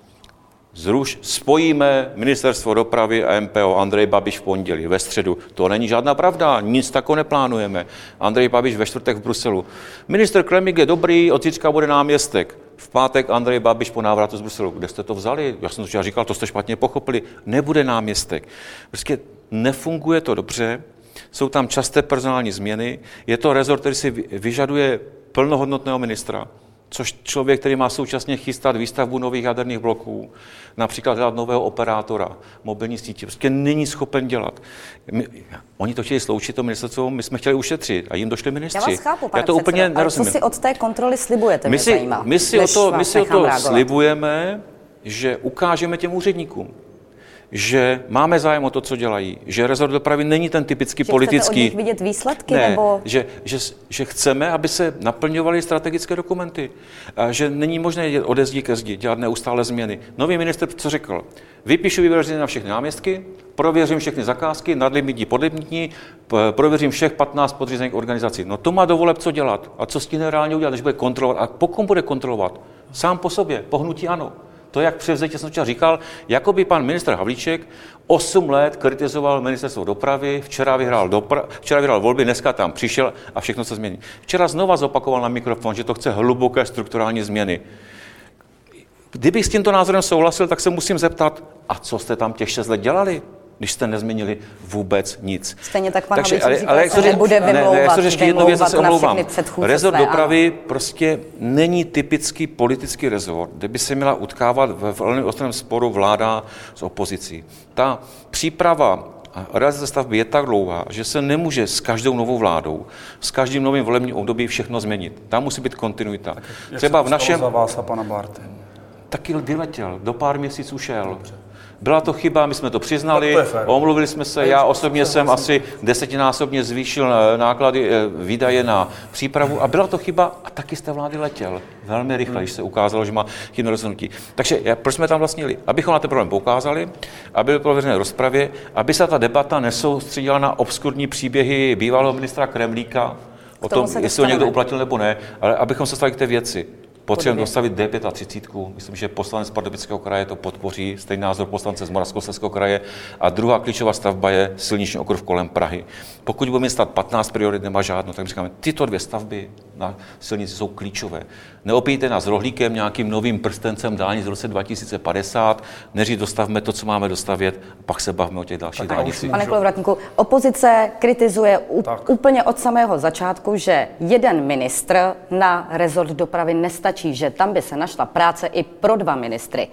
Zruš, spojíme ministerstvo dopravy a M P O Andrej Babiš v pondělí, ve středu. To není žádná pravda, nic takového neplánujeme. Andrej Babiš ve čtvrtek v Bruselu. Minister Kremlík je dobrý, od zítřka bude náměstek. V pátek Andrej Babiš po návratu z Bruselu. Kde jste to vzali? Já jsem to říkal, to jste špatně pochopili. Nebude náměstek. Prostě nefunguje to dobře, jsou tam časté personální změny, je to rezort, který si vyžaduje plnohodnotného ministra, což člověk, který má současně chystat výstavbu nových jaderných bloků, například dělat nového operátora mobilní sítě, prostě není schopen dělat. My, oni to chtěli sloučit, to ministerstvo, my jsme chtěli ušetřit a jim došli ministři. Já vás chápu, pane Já to předsedo, úplně ale nerozumím. co si od té kontroly slibujete, my mě si, zajímá. My si o to, my si o to slibujeme, že ukážeme těm úředníkům, že máme zájem o to, co dělají, že rezort dopravy není ten typický že politický... Že chcete od nich vidět výsledky? Ne, nebo... že, že, že chceme, aby se naplňovaly strategické dokumenty. A že není možné ode zdi ke zdi, dělat neustále změny. Nový ministr co řekl? Vypíšu výběrové řízení na všechny náměstky, prověřím všechny zakázky, nadlimitní, podlimitní, prověřím všech patnáct podřízených organizací. No to má do voleb co dělat. A co stihne reálně udělat, když bude kontrolovat? A pokud bude kontrolovat? Sám po sobě, po hnutí ANO. To, jak převzetě jsem včera říkal, jako by pan ministr Havlíček osm let kritizoval ministerstvo dopravy, včera vyhrál, dopra- včera vyhrál volby, dneska tam přišel a všechno se změní. Včera znova zopakoval na mikrofon, že to chce hluboké strukturální změny. Kdybych s tímto názorem souhlasil, tak se musím zeptat, a co jste tam těch šest let dělali, když jste nezměnili vůbec nic. Stejně tak pan Takže, Havlíček ale, říkal, že nebude vymlouvat, ne, ne, ještě jednu věc, se omlouvám. Rezort své, dopravy ano. prostě není typický politický rezort, kde by se měla utkávat ve velmi ostrém sporu vláda s opozicí. Ta příprava realizace stavby je tak dlouhá, že se nemůže s každou novou vládou, s každým novým volebním období všechno změnit. Tam musí být kontinuita. Tak, jak třeba se v našem... za vás a pana Bárty? Taky vyletěl, do pár měsíců šel. Dobře. Byla to chyba, my jsme to přiznali, to omluvili jsme se, já osobně jsem asi desetinásobně zvýšil náklady, výdaje na přípravu a byla to chyba a taky z té vlády letěl. Velmi rychle, když se ukázalo, že má chybné rozhodnutí. Takže proč jsme tam vlastně jeli? Abychom na ten problém poukázali, aby byl pro veřejné rozpravě, aby se ta debata nesoustředila na obskurní příběhy bývalého ministra Kremlíka, o tom, jestli ho někdo uplatil nebo ne, ale abychom se stali k té věci. Potřebujeme dostavit D třicet pět. Myslím, že poslanec Pardubického kraje to podpoří, stejný názor poslance z Moravskoslezského kraje. A druhá klíčová stavba je silniční okruh kolem Prahy. Pokud budeme stát patnáct priorit, nemá žádnou, tak říkáme, tyto dvě stavby na silnici jsou klíčové. Neopijte nás rohlíkem, nějakým novým prstencem dálnic v roce dva tisíce padesát, neříct dostavme to, co máme dostavět, a pak se bavíme o těch dalších dálnicích. Pane Kolovratníku, opozice kritizuje u, úplně od samého začátku, že jeden ministr na rezort dopravy nestačí, že tam by se našla práce i pro dva ministry.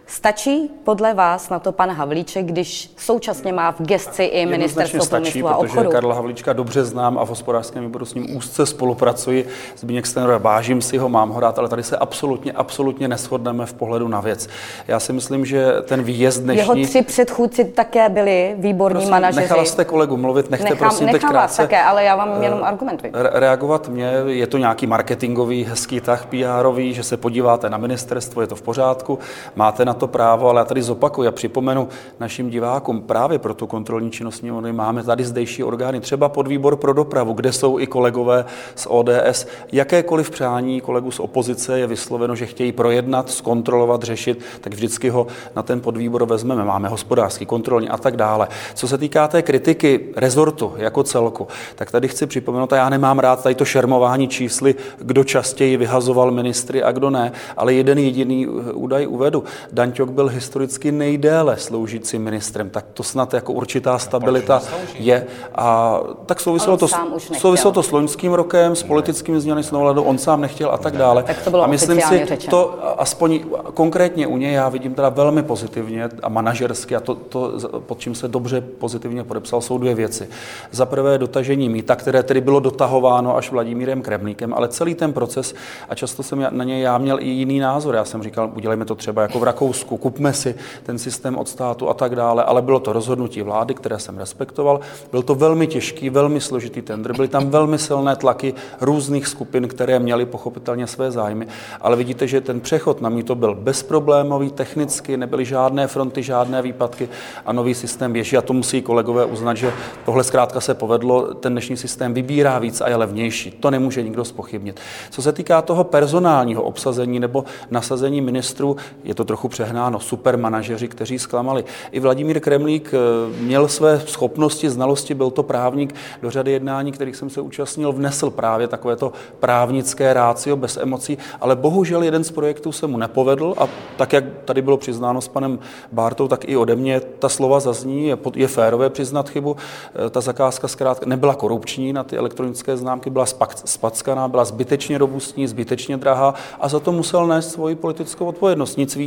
Stačí podle vás na to pan Havlíček, když současně má v gesci i ministerstvo průmyslu a obchodu? Protože Karla Havlíčka dobře znám a v hospodářském výboru s ním úzce spolupracuji. Zbigněk Stanjura, vážím si ho, mám ho rád, ale tady se absolutně, absolutně neshodneme v pohledu na věc. Já si myslím, že ten výjezd dnešní... Jeho tři předchůdci také byli výborní prosím, manažeři. Nechala jste kolegu mluvit, nechte Nechám, prosím teď krátce... vás také, ale já vám jenom argumentuji. Reagovat mě, je to nějaký marketingový, hezký tah, P R-ový, že se podíváte na ministerstvo, je to v pořádku, máte na to právo, ale já tady zopakuju a připomenu našim divákům, právě pro tu kontrolní činnost máme tady zdejší orgány, třeba podvýbor pro dopravu, kde jsou i kolegové z O D S. Jakékoliv přání kolegů z opozice je vysloveno, že chtějí projednat, zkontrolovat, řešit, tak vždycky ho na ten podvýbor vezmeme. Máme hospodářský, kontrolní a tak dále. Co se týká té kritiky rezortu jako celku, tak tady chci připomenout, a já nemám rád tady to šermování čísly, kdo častěji vyhazoval ministry a kdo ne, ale jeden jediný údaj uvedu. Daňťok byl historicky nejdéle sloužícím ministrem, tak to snad jako určitá stabilita je. A tak souviselo to, souviselo to s loňským rokem, s politickými změnami, s novou on sám nechtěl a tak dále. Tak to bylo a myslím si, řečeno. to aspoň konkrétně u něj já vidím teda velmi pozitivně a manažersky a to, to, pod čím se dobře pozitivně podepsal, jsou dvě věci. Za prvé dotažení mýta, které tedy bylo dotahováno až Vladimírem Kremlíkem, ale celý ten proces, a často jsem na něj já měl i jiný názor. Já jsem říkal, udělejme to třeba jako v Rakousku, kupme si ten systém od státu a tak dále, ale bylo to rozhodnutí vlády, které jsem respektoval. Byl to velmi těžký, velmi složitý tendr, byly tam velmi silné tlaky různých skupin, které měly pochopitelně své zájmy, ale vidíte, že ten přechod na mýto byl bezproblémový, technicky, nebyly žádné fronty, žádné výpadky a nový systém běží a to musí kolegové uznat, že tohle zkrátka se povedlo, ten dnešní systém vybírá víc a je levnější. To nemůže nikdo zpochybnit. Co se týká toho personálního obsazení nebo nasazení ministrů, je to trochu přehnáno, supermanažeři, kteří zklamali. I Vladimír Kremlík měl své schopnosti, znalosti, byl to právník, do řady jednání, kterých jsem se účastnil, vnesl právě takovéto právnické rácio bez emocí, ale bohužel jeden z projektů se mu nepovedl a tak, jak tady bylo přiznáno s panem Bártou, tak i ode mě ta slova zazní, je, je férové přiznat chybu, ta zakázka zkrátka nebyla korupční, na ty elektronické známky byla spackaná, byla zbytečně robustní, zbytečně drahá a za to musel nést svoji politickou odpovědnost, nic víc, nic míň.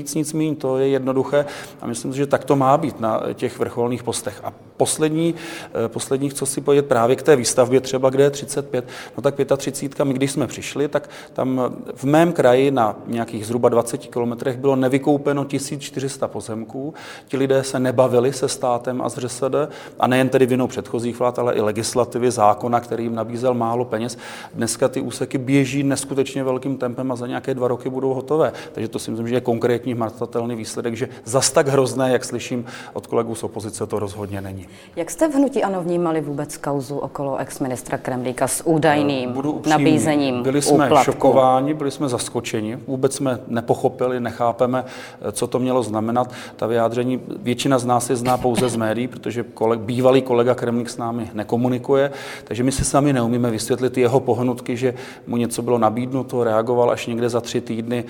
zmíním, to je jednoduché a myslím si, že tak to má být na těch vrcholných postech. A poslední, posledních, co si povědět právě k té výstavbě, třeba kde je třicet pět, no tak třicet pět, my když jsme přišli, tak tam v mém kraji na nějakých zhruba dvaceti kilometrech bylo nevykoupeno tisíc čtyři sta pozemků. Ti lidé se nebavili se státem a s ŘSD a nejen tedy vinou předchozích vlád, ale i legislativy zákona, který jim nabízel málo peněz. Dneska ty úseky běží neskutečně velkým tempem a za nějaké dva roky budou hotové. Takže to si myslím, že je konkrétní hmatatelný výsledek, že zas tak hrozné, jak slyším od kolegů z opozice, to rozhodně není. Jak jste v hnutí ANO vnímali vůbec kauzu okolo exministra Kremlíka s údajným nabízením Byli jsme úplatku? šokováni, byli jsme zaskočeni, vůbec jsme nepochopili, nechápeme, co to mělo znamenat. Ta vyjádření, většina z nás je zná pouze z médií, protože koleg, bývalý kolega Kremlík s námi nekomunikuje, takže my si sami neumíme vysvětlit jeho pohnutky, že mu něco bylo nabídnuto, reagoval až někde za tři týdny.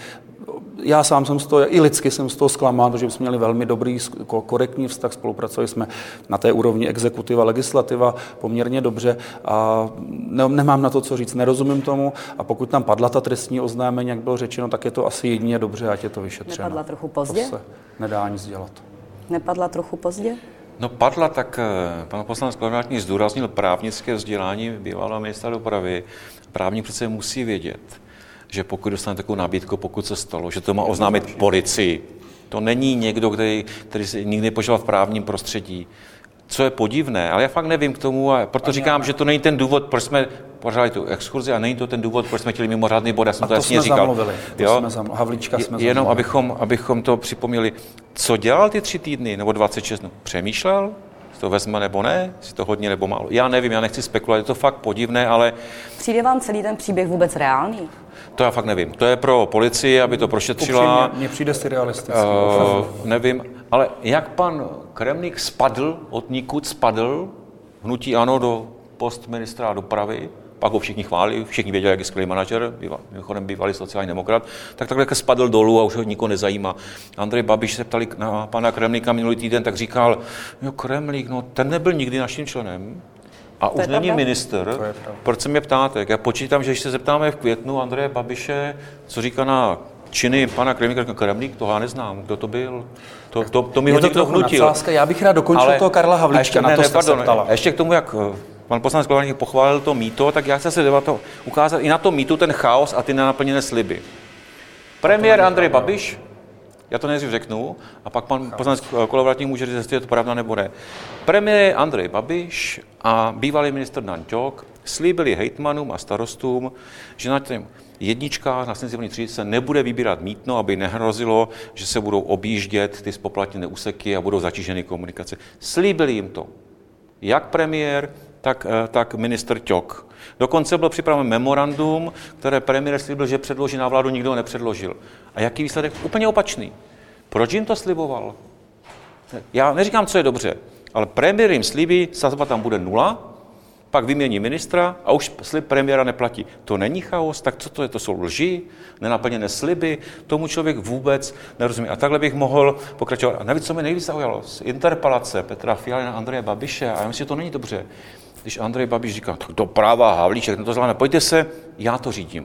Já sám jsem z toho, i lidsky jsem z toho zklamán, protože jsme měli velmi dobrý, korektní vztah, spolupracovali jsme na té úrovni exekutiva, legislativa poměrně dobře a ne, nemám na to, co říct, nerozumím tomu a pokud tam padla ta trestní oznámení, jak bylo řečeno, tak je to asi jedině dobře, ať je to vyšetřeno. Nepadla trochu pozdě? To se nedá nic dělat. Nepadla trochu pozdě? No padla, tak pan poslanec Kolovratník zdůraznil právnické vzdělání bývalého ministra dopravy. Právník přece musí vědět, že pokud dostane takovou nabídku, pokud se stalo, že to má oznámit policii. To není někdo, který, který se nikdy nepožíval v právním prostředí. Co je podivné, ale já fakt nevím k tomu, a proto říkám, že to není ten důvod, proč jsme pořádali tu exkurzi a není to ten důvod, proč jsme chtěli mimořádný bod, já jsem a to, to jasně říkal. Zamluvili, to jo? jsme zamluvili, Havlíčka jsme zamluvili. Jenom abychom, abychom to připomněli, co dělal ty tři týdny nebo dvacet šest dnů? Přemýšlel? To vezme nebo ne, si to hodně nebo málo. Já nevím, já nechci spekulovat, je to fakt podivné, ale... Přijde vám celý ten příběh vůbec reálný? To já fakt nevím. To je pro policii, aby to prošetřila. Upřímně, mně přijde si realisticky. Uh, nevím, ale jak pan Kremlík spadl, od nikud spadl, hnutí ANO do post ministra dopravy, pak ho všichni chválili, všichni věděli, jak je skvělý manažer, mimochodem bývalý sociální demokrat, tak takhle spadl dolů a už ho nikoho nezajímá. Andrej Babiš se ptali na pana Kremlíka minulý týden, tak říkal, jo, Kremlík, no ten nebyl nikdy naším členem a to už není pravda? Minister. Proč se mě ptáte? Já počítám, že když se zeptáme v květnu Andreje Babiše, co říká na činy pana Kremlíka, Kremlík, toho já neznám, kdo to byl. To, to, to mi ho někdo vnutil. Nadsázka. Já bych rád dokončil ale, toho Karla Havlíčka, na to ne, jste pardon, se ptala. A ještě k tomu, jak pan poslanec Kolovratník pochválil to mýto, tak já chci se debato ukázat i na to mýtu ten chaos a ty nenaplněné sliby. Premiér Andrej Babiš, já to nejdřív řeknu, a pak pan poslanec Kolovratník může říct, jestli je to pravda nebo ne. Premiér Andrej Babiš a bývalý ministr Dan Ťok slíbili hejtmanům a starostům, že na těm jedničkách na senzivní třídě se nebude vybírat mýtno, aby nehrozilo, že se budou objíždět ty spoplatněné úseky a budou zatíženy komunikace. Slíbili jim to. Jak premiér, tak, tak ministr Ťok. Dokonce byl připraven memorandum, které premiér slíbil, že předloží na vládu, nikdo nepředložil. A jaký výsledek? Úplně opačný. Proč jim to sliboval? Já neříkám, co je dobře, ale premiér jim slíbí, sazba tam bude nula, pak vymění ministra a už slib premiéra neplatí. To není chaos, tak co to je? To jsou lži, nenaplněné sliby, tomu člověk vůbec nerozumí. A takhle bych mohl pokračovat. A navíc, co mě nejvíc zaujalo, z interpelace Petra Fialy na Andreje Babiše, a já myslím, že to není dobře, když Andrej Babiš říká, tak doprava, Havlíček, no to zvládne, pojďte se, já to řídím.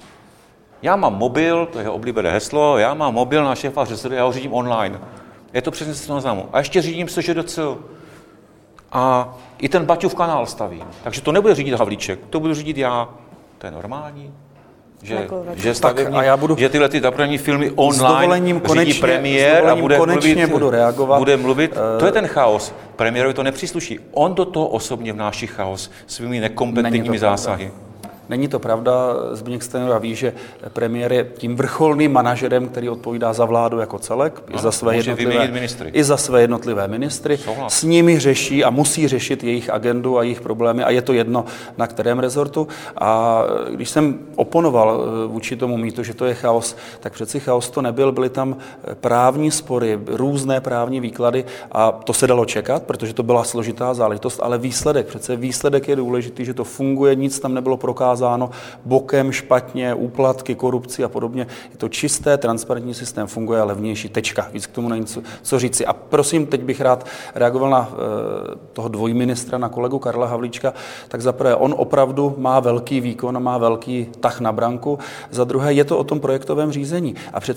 Já mám mobil, to je jeho oblíbené heslo, já mám mobil na šéfa ŘSD, já ho řídím online. Je to přesně to známo. A ještě řídím S Ž D C. A i ten Baťův kanál stavím. Takže to nebude řídit Havlíček, to budu řídit já. To je normální? Že, že, stavební, a já budu, že tyhle ty dopravní filmy online konečně, řídí premiér a bude mluvit, budu reagovat. bude mluvit. To je ten chaos. Premiérovi to nepřísluší. On do toho osobně vnáší chaos svými nekompetentními zásahy. Není to pravda, Zbyněk Stanjura ví, že premiér je tím vrcholným manažerem, který odpovídá za vládu jako celek, ano, i, za své jednotlivé, i za své jednotlivé ministry. Souhlas. S nimi řeší a musí řešit jejich agendu a jejich problémy a je to jedno, na kterém rezortu. A když jsem oponoval vůči tomu mýtu, že to je chaos, tak přeci chaos to nebyl, byly tam právní spory, různé právní výklady a to se dalo čekat, protože to byla složitá záležitost, ale výsledek, přece výsledek je důležitý, že to funguje, nic tam nebylo prokázáno bokem, špatně, úplatky, korupci a podobně. Je to čisté, transparentní systém, funguje a levnější. Tečka. Víc k tomu není co, co říci. A prosím, teď bych rád reagoval na uh, toho dvojministra, na kolegu Karla Havlíčka. Tak za prvé, on opravdu má velký výkon a má velký tah na branku. Za druhé, je to o tom projektovém řízení. A přeci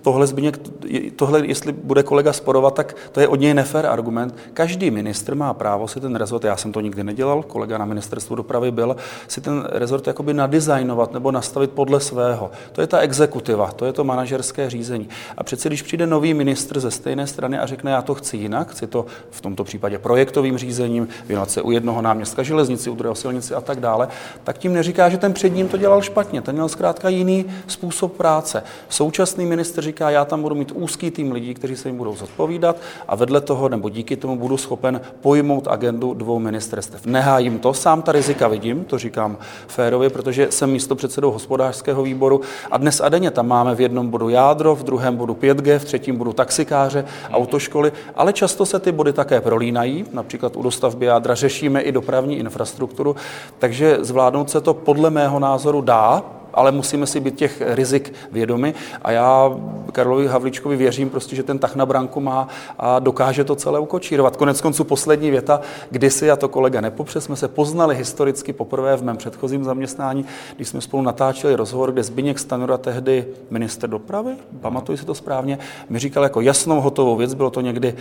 tohle Zbyněk, tohle, jestli bude kolega sporovat, tak to je od něj nefér argument. Každý ministr má právo si ten rezort, já jsem to nikdy nedělal, kolega na ministerstvu dopravy byl, si ten rezort jakoby nadizajnovat nebo nastavit podle svého. To je ta exekutiva, to je to manažerské řízení. A přece, když přijde nový ministr ze stejné strany a řekne, já to chci jinak, chci to v tomto případě projektovým řízením, věnovat se u jednoho náměstka železnici, u druhého silnici a tak dále, tak tím neříká, že ten před ním to dělal špatně. Ten měl zkrátka jiný způsob práce. Současný ministr říká, já tam budu mít úzký tým lidí, kteří se jim budou zodpovídat a vedle toho nebo díky tomu budu schopen pojmout agendu dvou ministerstev. Nehájím to, sám ta rizika vidím, to říkám férově, protože jsem místopředsedou hospodářského výboru a dnes a denně tam máme v jednom bodu jádro, v druhém bodu pět G, v třetím bodu taxikáře, autoškoly, ale často se ty body také prolínají, například u dostavby jádra řešíme i dopravní infrastrukturu, takže zvládnout se to podle mého názoru dá, ale musíme si být těch rizik vědomi a já Karlovi Havlíčkovi věřím prostě, že ten tah na branku má a dokáže to celé ukočírovat. Konec konců poslední věta, kdysi, a to kolega nepopře, jsme se poznali historicky poprvé v mém předchozím zaměstnání, když jsme spolu natáčeli rozhovor, kde Zbyněk Stanjura, tehdy ministr dopravy, pamatuji si to správně, mi říkal jako jasnou hotovou věc, bylo to někdy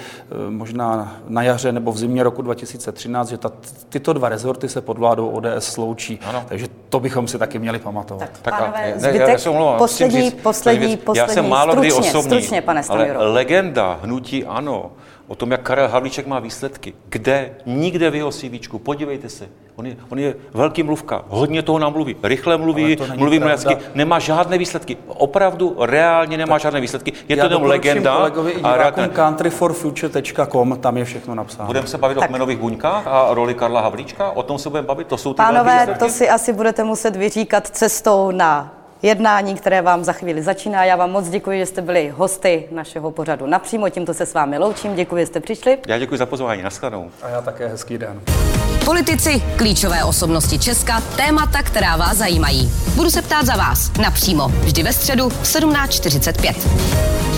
možná na jaře nebo v zimě roku dva tisíce třináct, že ta, tyto dva rezorty se pod vládou O D S sloučí. Ano. Takže to bychom si taky měli pamatovat. Tak. Tak pánové, zbytek, ne, já omlouvám, poslední, říct, poslední, poslední, já jsem málo kdy stručně, osobní, stručně, pane Stanjuro. Ale legenda hnutí ANO o tom, jak Karel Havlíček má výsledky, kde, nikde v jeho CVčku, podívejte se, on je, on je velký mluvka, hodně toho nám mluví, rychle mluví, mluví mluvecky, nemá žádné výsledky, opravdu reálně nemá tak žádné výsledky, je to jenom legenda. Kolegovi i divákům country for future tečka com, tam je všechno napsáno. Budeme se bavit tak o kmenových buňkách a roli Karla Havlíčka, o tom se budeme bavit, to jsou ty pánové, to si asi budete muset vyříkat cestou na jednání, které vám za chvíli začíná. Já vám moc děkuji, že jste byli hosty našeho pořadu Napřímo. Tímto se s vámi loučím. Děkuji, že jste přišli. Já děkuji za pozvání. Naschledanou. A já také hezký den. Politici, klíčové osobnosti Česka, témata, která vás zajímají. Budu se ptát za vás napřímo, vždy ve středu v sedmnáct čtyřicet pět.